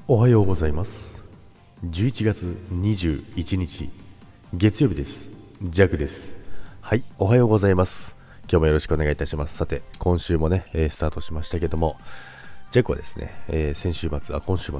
おはようございます。11月21日月曜日です。ジャクです。はい、おはようございます。今日もよろしくお願いいたします。さて、今週もね、スタートしましたけども、ジャクはですね、先週末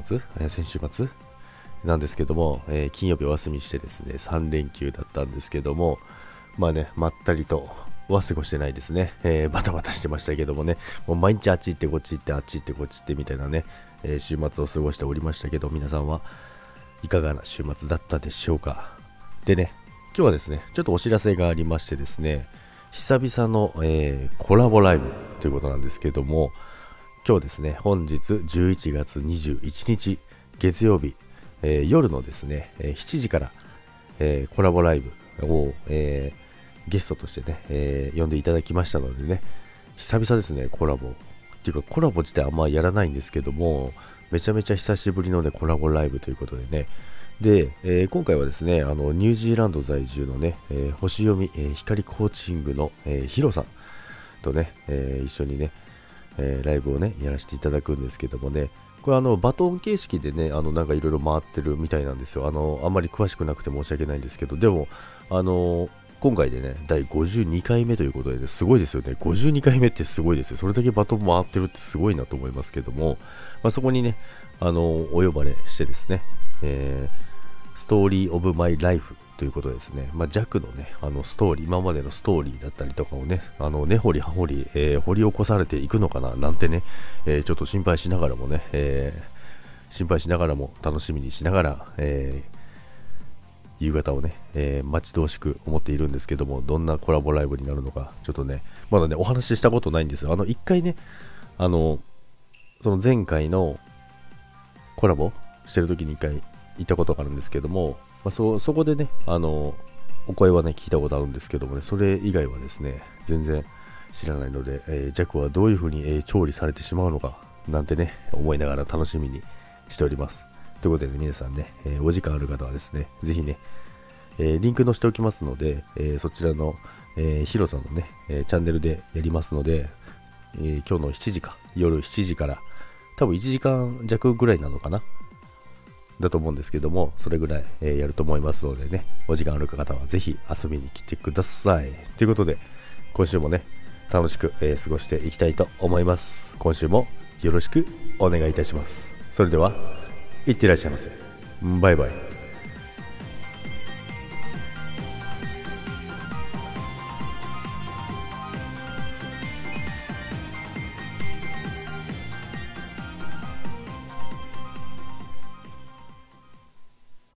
なんですけども、金曜日お休みしてですね、3連休だったんですけども、まったりとは過ごしてないですね。バタバタしてましたけどもね、もう毎日あっち行ってこっち行ってあっち行ってこっち行ってみたいなね、週末を過ごしておりましたけど、皆さんはいかがな週末だったでしょうか。でね、今日はですね、ちょっとお知らせがありましてですね、久々の、コラボライブということなんですけども、今日ですね、本日11月21日月曜日、夜のですね、7時から、コラボライブを、ゲストとしてね、呼んでいただきましたのでね、久々ですね、コラボっていうか、コラボ自体あんまやらないんですけども、めちゃめちゃ久しぶりのね、コラボライブということでね、で、今回はですね、ニュージーランド在住のね、星読み、光コーチングの、ヒロさんとね、一緒にね、ライブをね、やらせていただくんですけどもね、これバトン形式でね、なんかいろいろ回ってるみたいなんですよ。あんまり詳しくなくて申し訳ないんですけど、でも、今回でね、第52回目ということで、ね、すごいですよね。52回目ってすごいですよ。それだけバトン回ってるってすごいなと思いますけども、そこにね、お呼ばれしてですね、ストーリーオブマイライフということですね、弱のね、ストーリー、今までのストーリーだったりとかをね、根掘り葉掘り、掘り起こされていくのかななんてね、ちょっと心配しながらもね、楽しみにしながら、夕方をね、待ち遠しく思っているんですけども、どんなコラボライブになるのか、ちょっとね、まだね、お話ししたことないんですよ。一回ね、その前回のコラボしてる時に一回行ったことがあるんですけども、そこでね、お声はね、聞いたことあるんですけどもね、それ以外はですね、全然知らないので、ジャックはどういう風に、調理されてしまうのか、なんてね、思いながら楽しみにしております。ということで、ね、皆さんね、お時間ある方はですね、ぜひね、リンク載せておきますので、そちらの、ヒロさんのね、チャンネルでやりますので、今日の夜7時から多分1時間弱ぐらいなのかなだと思うんですけども、それぐらい、やると思いますのでね、お時間ある方はぜひ遊びに来てください。ということで、今週もね、楽しく、過ごしていきたいと思います。今週もよろしくお願いいたします。それでは、いってらっしゃいませ。バイバイ。